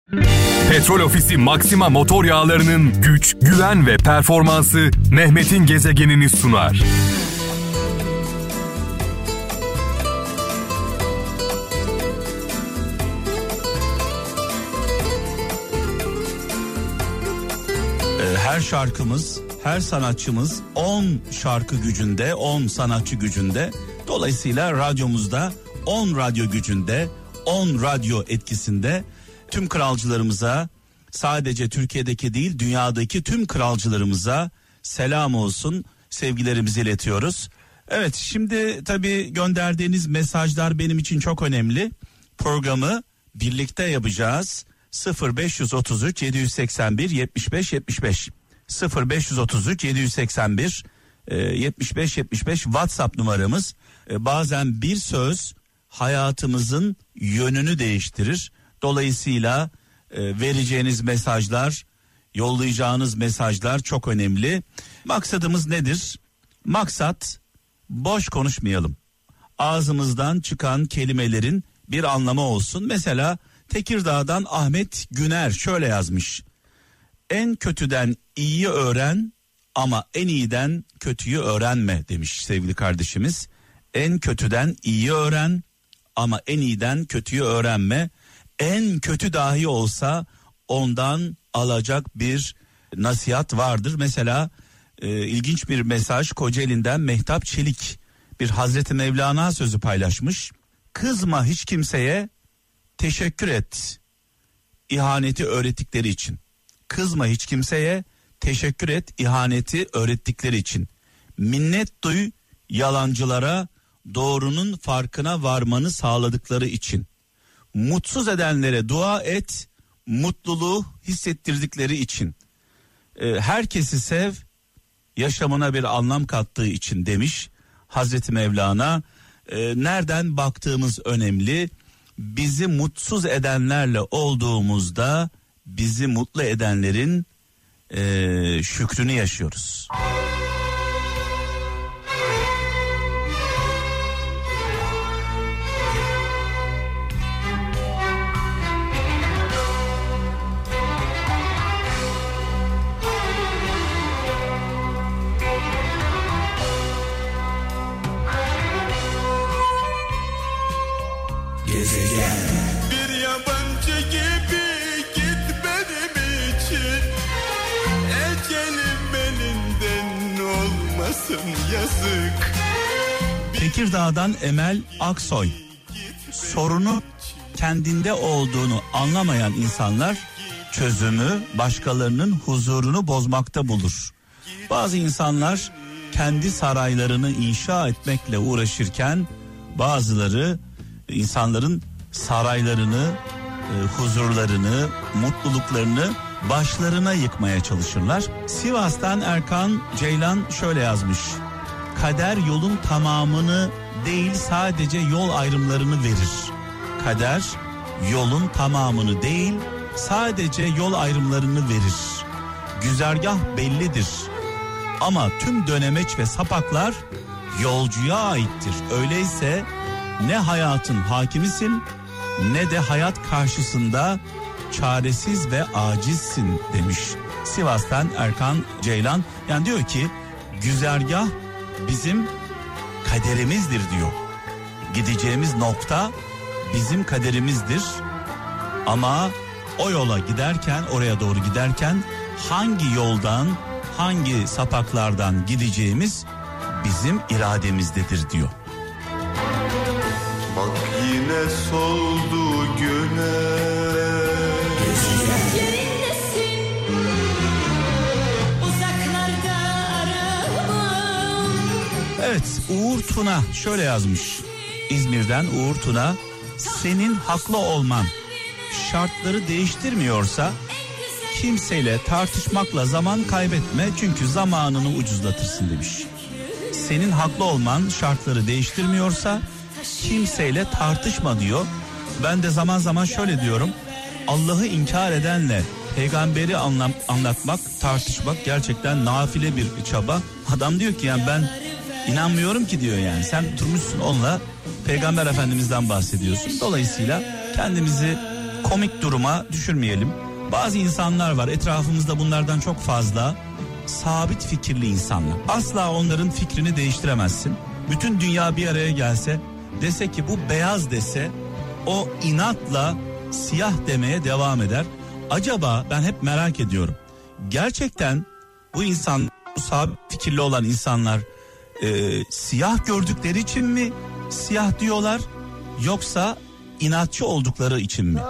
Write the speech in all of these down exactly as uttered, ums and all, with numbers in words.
Petrol Ofisi Maxima motor yağlarının güç, güven ve performansı Mehmet'in gezegenini sunar. Her şarkımız, her sanatçımız on şarkı gücünde, on sanatçı gücünde. Dolayısıyla radyomuzda on radyo gücünde, on radyo etkisinde. Tüm kralcılarımıza, sadece Türkiye'deki değil dünyadaki tüm kralcılarımıza selam olsun, sevgilerimizi iletiyoruz. Evet, şimdi tabii gönderdiğiniz mesajlar benim için çok önemli. Programı birlikte yapacağız. sıfır beş otuz üç yedi seksen bir yetmiş beş yetmiş beş sıfır beş otuz üç yedi seksen bir yetmiş beş yetmiş beş WhatsApp numaramız. Bazen bir söz hayatımızın yönünü değiştirir. Dolayısıyla e, vereceğiniz mesajlar, yollayacağınız mesajlar çok önemli. Maksadımız nedir? Maksat boş konuşmayalım. Ağzımızdan çıkan kelimelerin bir anlamı olsun. Mesela Tekirdağ'dan Ahmet Güner şöyle yazmış. En kötüden iyiyi öğren ama en iyiden kötüyü öğrenme demiş sevgili kardeşimiz. En kötüden iyiyi öğren ama en iyiden kötüyü öğrenme. En kötü dahi olsa ondan alacak bir nasihat vardır. Mesela e, ilginç bir mesaj Kocaeli'nden Mehtap Çelik bir Hazreti Mevlana sözü paylaşmış. Kızma hiç kimseye, teşekkür et ihaneti öğrettikleri için. Kızma hiç kimseye, teşekkür et ihaneti öğrettikleri için. Minnet duy yalancılara, doğrunun farkına varmanı sağladıkları için. Mutsuz edenlere dua et, mutluluğu hissettirdikleri için. E, herkesi sev, yaşamına bir anlam kattığı için demiş Hazreti Mevlana. E, nereden baktığımız önemli. Bizi mutsuz edenlerle olduğumuzda bizi mutlu edenlerin e, şükrünü yaşıyoruz. Bir yabancı gibi git benim için, ecelim elinden olmasın yazık. Tekirdağ'dan Emel Aksoy. Sorunu kendinde olduğunu anlamayan insanlar çözümü başkalarının huzurunu bozmakta bulur. Bazı insanlar kendi saraylarını inşa etmekle uğraşırken bazıları insanların saraylarını, e, huzurlarını, mutluluklarını başlarına yıkmaya çalışırlar. Sivas'tan Erkan Ceylan şöyle yazmış. Kader yolun tamamını değil sadece yol ayrımlarını verir. Kader yolun tamamını değil sadece yol ayrımlarını verir. Güzergah bellidir ama tüm dönemeç ve sapaklar yolcuya aittir. Öyleyse ne hayatın hakimisin ne de hayat karşısında çaresiz ve acizsin demiş Sivas'tan Erkan Ceylan. Yani diyor ki güzergah bizim kaderimizdir diyor. Gideceğimiz nokta bizim kaderimizdir. Ama o yola giderken, oraya doğru giderken hangi yoldan, hangi sapaklardan gideceğimiz bizim irademizdedir diyor. Bak yine soldu güneş. Evet, Uğur Tuna şöyle yazmış. İzmir'den Uğur Tuna, senin haklı olman şartları değiştirmiyorsa kimseyle tartışmakla zaman kaybetme, çünkü zamanını ucuzlatırsın demiş. Senin haklı olman şartları değiştirmiyorsa kimseyle tartışma diyor. Ben de zaman zaman şöyle diyorum. Allah'ı inkar edenle peygamberi anlam, anlatmak, tartışmak gerçekten nafile bir çaba. Adam diyor ki yani ben inanmıyorum ki diyor yani. Sen durmuşsun onunla Peygamber Efendimiz'den bahsediyorsun. Dolayısıyla kendimizi komik duruma düşürmeyelim. Bazı insanlar var etrafımızda, bunlardan çok fazla, sabit fikirli insanlar. Asla onların fikrini değiştiremezsin. Bütün dünya bir araya gelse, dese ki bu beyaz dese, o inatla siyah demeye devam eder. Acaba ben hep merak ediyorum. Gerçekten bu insan, bu sabit fikirli olan insanlar e, siyah gördükleri için mi siyah diyorlar, yoksa inatçı oldukları için mi?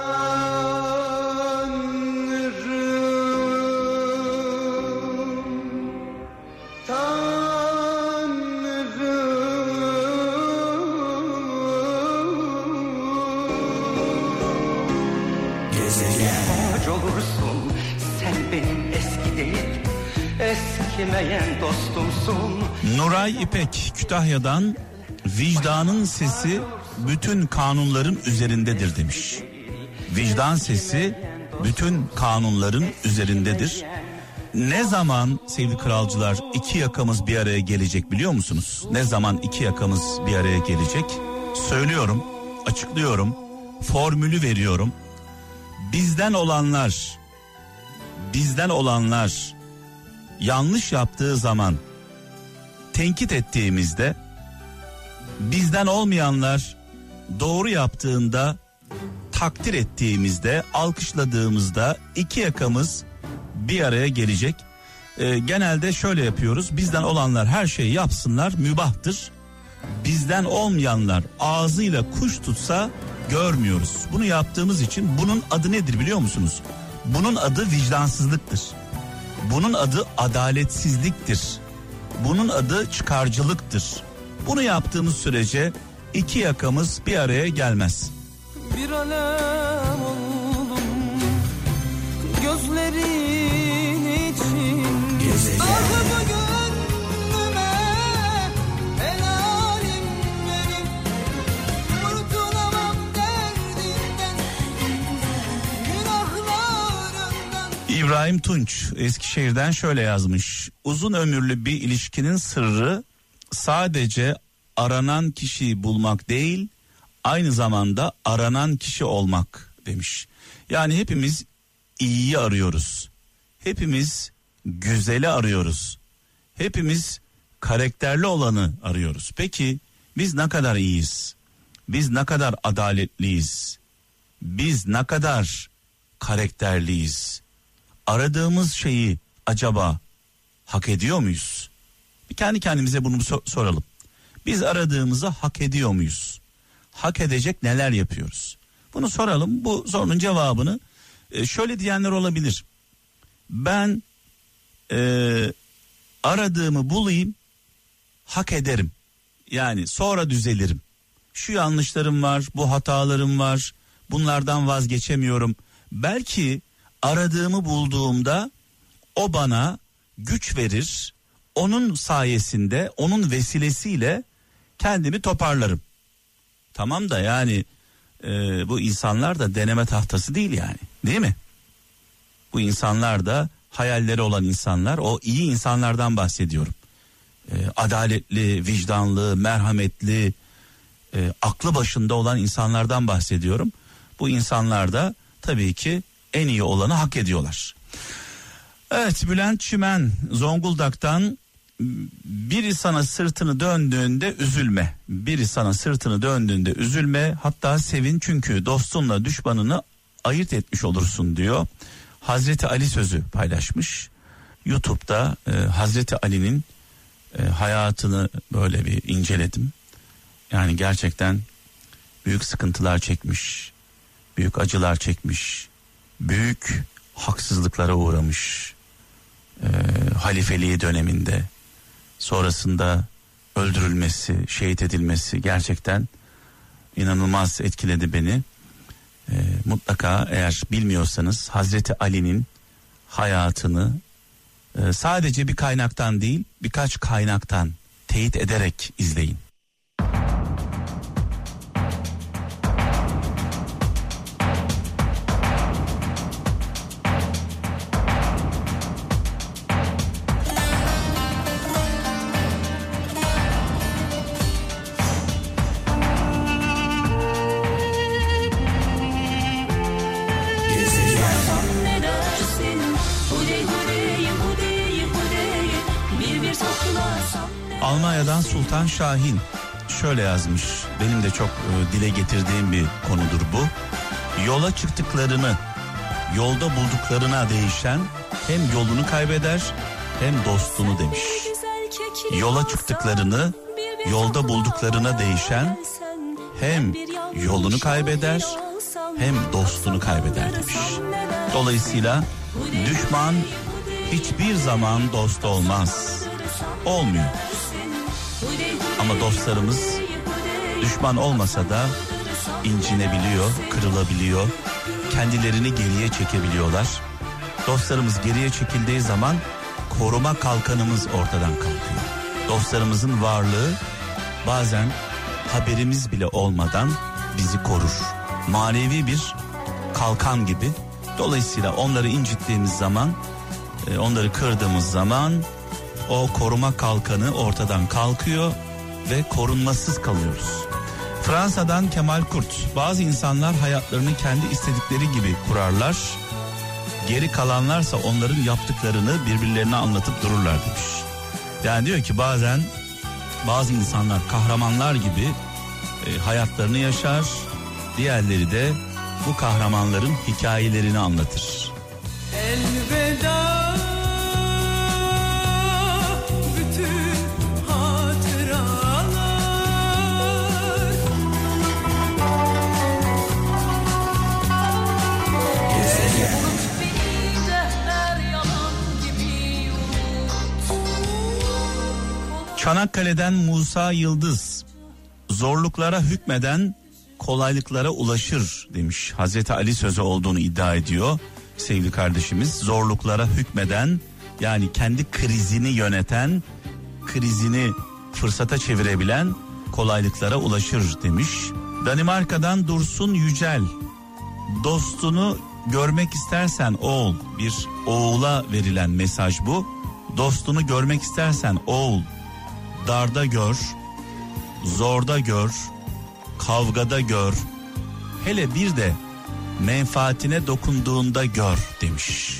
Olursun, sen benim eski değil, eskimeyen dostumsun. Nuray İpek Kütahya'dan, vicdanın sesi bütün kanunların üzerindedir demiş. Vicdan sesi bütün kanunların üzerindedir. Ne zaman sevgili kralcılar iki yakamız bir araya gelecek biliyor musunuz? Ne zaman iki yakamız bir araya gelecek? Söylüyorum, açıklıyorum, formülü veriyorum. Bizden olanlar, bizden olanlar yanlış yaptığı zaman tenkit ettiğimizde, bizden olmayanlar doğru yaptığında takdir ettiğimizde, alkışladığımızda iki yakamız bir araya gelecek. Ee, genelde şöyle yapıyoruz. Bizden olanlar her şeyi yapsınlar, mübahtır. Bizden olmayanlar ağzıyla kuş tutsa görmüyoruz. Bunu yaptığımız için bunun adı nedir biliyor musunuz? Bunun adı vicdansızlıktır. Bunun adı adaletsizliktir. Bunun adı çıkarcılıktır. Bunu yaptığımız sürece iki yakamız bir araya gelmez. Bir alem oldum gözlerin için. Gezegen. İbrahim Tunç Eskişehir'den şöyle yazmış. Uzun ömürlü bir ilişkinin sırrı sadece aranan kişiyi bulmak değil, aynı zamanda aranan kişi olmak demiş. Yani hepimiz iyiyi arıyoruz. Hepimiz güzeli arıyoruz. Hepimiz karakterli olanı arıyoruz. Peki biz ne kadar iyiyiz? Biz ne kadar adaletliyiz? Biz ne kadar karakterliyiz? Aradığımız şeyi acaba hak ediyor muyuz? Bir kendi kendimize bunu soralım. Biz aradığımızı hak ediyor muyuz? Hak edecek neler yapıyoruz? Bunu soralım. Bu sorunun cevabını e, şöyle diyenler olabilir. Ben e, aradığımı bulayım, hak ederim. Yani sonra düzelirim. Şu yanlışlarım var, bu hatalarım var. Bunlardan vazgeçemiyorum. Belki aradığımı bulduğumda o bana güç verir. Onun sayesinde, onun vesilesiyle kendimi toparlarım. Tamam da yani e, bu insanlar da deneme tahtası değil yani, değil mi? Bu insanlar da hayalleri olan insanlar, o iyi insanlardan bahsediyorum. E, adaletli, vicdanlı, merhametli, e, aklı başında olan insanlardan bahsediyorum. Bu insanlar da tabii ki en iyi olanı hak ediyorlar. Evet, Bülent Çimen Zonguldak'tan, biri sana sırtını döndüğünde üzülme. Biri sana sırtını döndüğünde üzülme. Hatta sevin, çünkü dostunla düşmanını ayırt etmiş olursun diyor. Hazreti Ali sözü paylaşmış. YouTube'da e, Hazreti Ali'nin e, hayatını böyle bir inceledim. Yani gerçekten büyük sıkıntılar çekmiş. Büyük acılar çekmiş. Büyük haksızlıklara uğramış. E, halifeliği döneminde. Sonrasında öldürülmesi, şehit edilmesi gerçekten inanılmaz etkiledi beni. E, mutlaka eğer bilmiyorsanız Hazreti Ali'nin hayatını e, sadece bir kaynaktan değil, birkaç kaynaktan teyit ederek izleyin. Almanya'dan Sultan Şahin şöyle yazmış. Benim de çok e, dile getirdiğim bir konudur bu. Yola çıktıklarını, yolda bulduklarına değişen hem yolunu kaybeder hem dostunu demiş. Yola çıktıklarını, yolda bulduklarına değişen hem yolunu kaybeder hem dostunu kaybeder demiş. Dolayısıyla düşman hiçbir zaman dost olmaz. Olmuyor. Ama dostlarımız düşman olmasa da incinebiliyor, kırılabiliyor. Kendilerini geriye çekebiliyorlar. Dostlarımız geriye çekildiği zaman koruma kalkanımız ortadan kalkıyor. Dostlarımızın varlığı bazen haberimiz bile olmadan bizi korur. Manevi bir kalkan gibi. Dolayısıyla onları incittiğimiz zaman, onları kırdığımız zaman o koruma kalkanı ortadan kalkıyor ve korunmasız kalıyoruz. Fransa'dan Kemal Kurt. Bazı insanlar hayatlarını kendi istedikleri gibi kurarlar. Geri kalanlarsa onların yaptıklarını birbirlerine anlatıp dururlar demiş. Yani diyor ki bazen bazı insanlar kahramanlar gibi e, hayatlarını yaşar. Diğerleri de bu kahramanların hikayelerini anlatır. Elveda bütün hatıralar. Gezegen. Çanakkale'den Musa Yıldız. Zorluklara hükmeden kolaylıklara ulaşır demiş. Hazreti Ali sözü olduğunu iddia ediyor sevgili kardeşimiz. Zorluklara hükmeden, yani kendi krizini yöneten, krizini fırsata çevirebilen kolaylıklara ulaşır demiş. Danimarka'dan Dursun Yücel. Dostunu görmek istersen oğul, bir oğula verilen mesaj bu. Dostunu görmek istersen oğul, darda gör, zorda gör, kavgada gör, hele bir de menfaatine dokunduğunda gör demiş.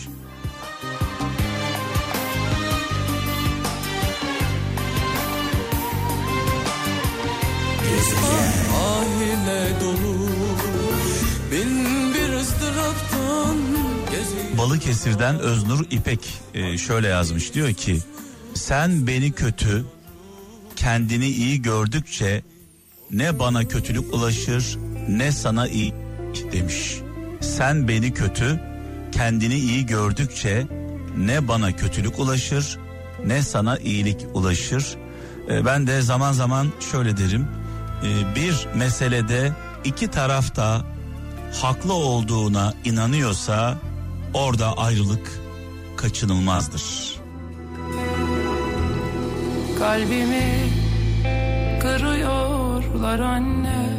Ahine dolu bin bir ızdıraptan. Balıkesir'den Öznur İpek e, şöyle yazmış, diyor ki sen beni kötü, kendini iyi gördükçe ne bana kötülük ulaşır ne sana iyi demiş. Sen beni kötü, kendini iyi gördükçe ne bana kötülük ulaşır ne sana iyilik ulaşır. E, ben de zaman zaman şöyle derim, e, bir meselede iki taraf da haklı olduğuna inanıyorsa orada ayrılık kaçınılmazdır. Kalbimi kırıyorlar anne.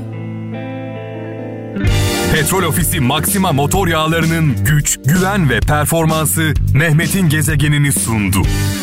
Petrol Ofisi Maxima motor yağlarının güç, güven ve performansı Mehmet'in gezegenini sundu.